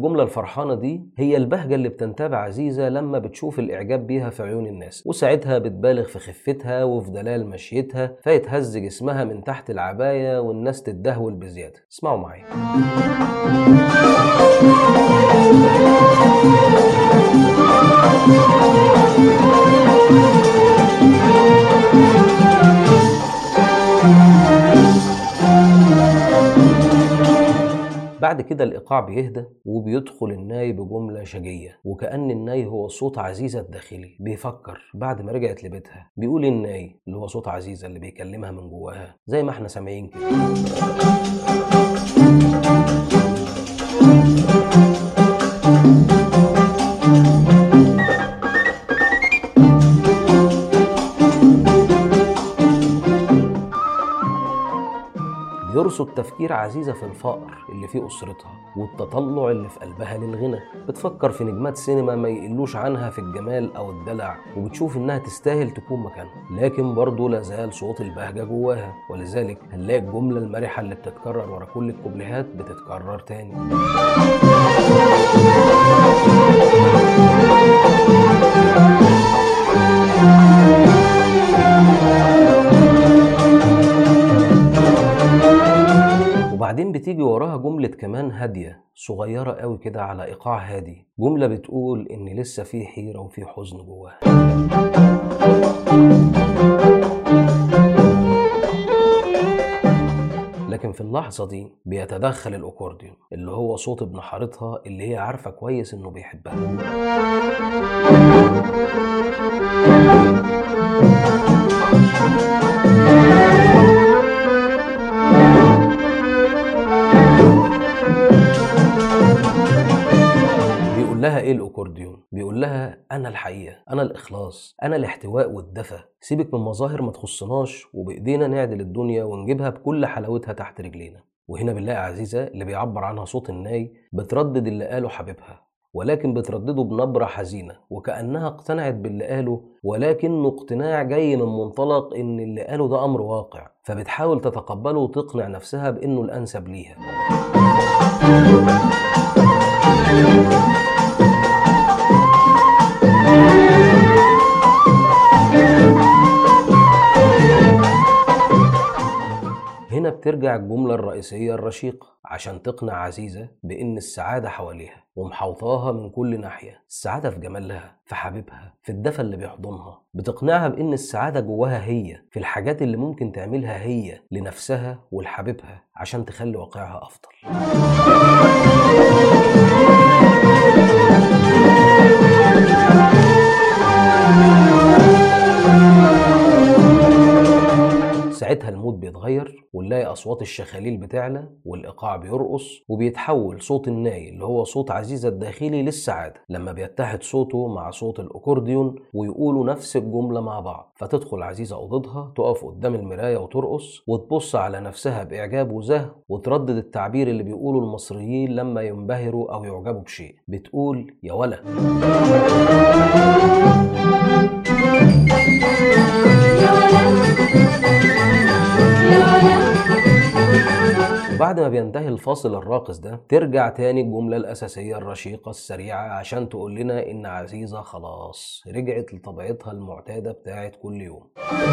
الجملة الفرحانة دي هي البهجة اللي بتنتابع عزيزة لما بتشوف الإعجاب بيها في عيون الناس، وساعتها بتبالغ في خفتها وفي دلال مشيتها فيتهز جسمها من تحت العباية والناس تتدهول بزيادة. اسمعوا معايا. بعد كده الإيقاع بيهدى وبيدخل الناي بجملة شجية، وكأن الناي هو صوت عزيزة الداخلي بيفكر بعد ما رجعت لبيتها. بيقول الناي اللي هو صوت عزيزة اللي بيكلمها من جواها زي ما احنا سامعين كده. بيرصد تفكير عزيزة في الفقر اللي في أسرتها والتطلع اللي في قلبها للغنى. بتفكر في نجمات سينما ما يقلوش عنها في الجمال أو الدلع، وبتشوف إنها تستاهل تكون مكانهم، لكن برضه لازال صوت البهجة جواها. ولذلك هنلاقي الجملة المرحة اللي بتتكرر ورا كل الكوبليهات بتتكرر تاني. وبعدين بتيجي وراها جملة كمان هادية صغيرة قوي كده على إيقاع هادي، جملة بتقول إن لسه في حيرة وفي حزن جواها. لكن في اللحظة دي بيتدخل الأكورديون اللي هو صوت ابن حارتها اللي هي عارفة كويس إنه بيحبها. بيقول لها ايه الاكورديون؟ بيقول لها انا أنا الحقيقة، أنا الإخلاص، أنا الاحتواء والدفى. سيبك من مظاهر ما تخصناش، وبإيدينا نعدل الدنيا ونجيبها بكل حلاوتها تحت رجلينا. وهنا بنلاقي عزيزة اللي بيعبر عنها صوت الناي بتردد اللي قاله حبيبها، ولكن بتردده بنبرة حزينة وكأنها اقتنعت باللي قاله، ولكنه اقتناع جاي من منطلق إن اللي قاله ده أمر واقع، فبتحاول تتقبله وتقنع نفسها بإنه الأنسب ليها. هنا بترجع الجملة الرئيسية الرشيقة عشان تقنع عزيزة بإن السعادة حواليها ومحوطاها من كل ناحية. السعادة في جمالها، في حبيبها، في الدفى اللي بيحضنها. بتقنعها بإن السعادة جواها هي، في الحاجات اللي ممكن تعملها هي لنفسها ولحبيبها عشان تخلي واقعها أفضل. ساعتها المود بيتغير ونلاقي أصوات الشخاليل بتعلى والإيقاع بيرقص، وبيتحول صوت الناي اللي هو صوت عزيزة الداخلي للسعادة لما بيتحد صوته مع صوت الأكورديون ويقولوا نفس الجملة مع بعض. فتدخل عزيزة أوضتها، تقف قدام المراية وترقص وتبص على نفسها بإعجاب وزهو، وتردد التعبير اللي بيقوله المصريين لما ينبهروا أو يعجبوا بشيء. بتقول: يا ولا وبعد ما بينتهي الفاصل الراقص ده ترجع تاني الجملة الأساسية الرشيقة السريعة عشان تقول لنا إن عزيزة خلاص رجعت لطبيعتها المعتادة بتاعت كل يوم.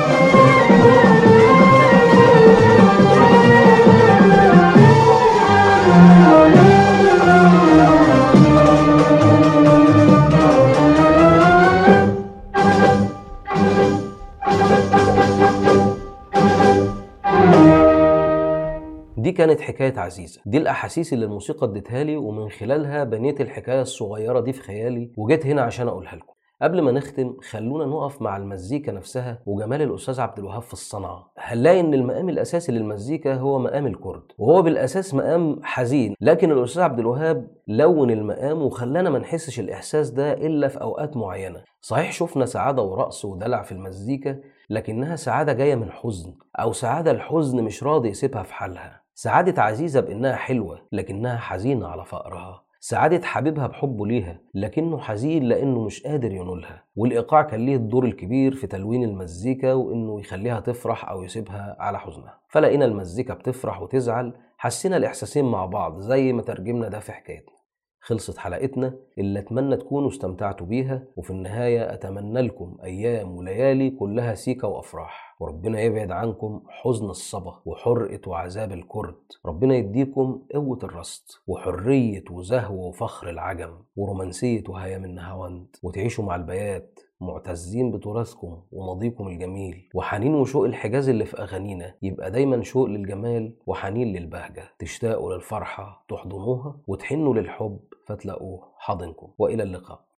دي كانت حكاية عزيزة، دي الأحاسيس اللي الموسيقى ادتها لي، ومن خلالها بنيت الحكاية الصغيرة دي في خيالي وجيت هنا عشان أقولها لكم. قبل ما نختم خلونا نقف مع المزيكا نفسها وجمال الأستاذ عبد الوهاب في الصنعة. هنلاقي إن المقام الأساسي للمزيكا هو مقام الكورد، وهو بالأساس مقام حزين، لكن الأستاذ عبد الوهاب لون المقام وخلانا ما نحسش الإحساس ده إلا في أوقات معينة. صحيح شفنا سعادة ورقص ودلع في المزيكا، لكنها سعادة جاية من حزن، أو سعادة الحزن مش راضي يسيبها في حالها. سعادة عزيزة بإنها حلوة لكنها حزينة على فقرها. سعادة حبيبها بحبه ليها لكنه حزين لأنه مش قادر ينولها. والإيقاع كان ليه الدور الكبير في تلوين المزيكا وإنه يخليها تفرح أو يسيبها على حزنها. فلقينا المزيكا بتفرح وتزعل، حسينا الإحساسين مع بعض زي ما ترجمنا ده في حكايتنا. خلصت حلقتنا اللي أتمنى تكونوا استمتعتوا بيها، وفي النهاية أتمنى لكم أيام وليالي كلها سيكة وأفراح، وربنا يبعد عنكم حزن الصبا وحرقة وعذاب الكرد. ربنا يديكم قوة الرصد وحرية وزهو وفخر العجم ورومانسية وهيام النهاوند، وتعيشوا مع البيات معتزين بتراثكم وماضيكم الجميل. وحنين وشوق الحجاز اللي في أغانينا يبقى دايما شوق للجمال وحنين للبهجة. تشتاقوا للفرحة تحضنوها، وتحنوا للحب فتلاقوه حاضنكم. وإلى اللقاء.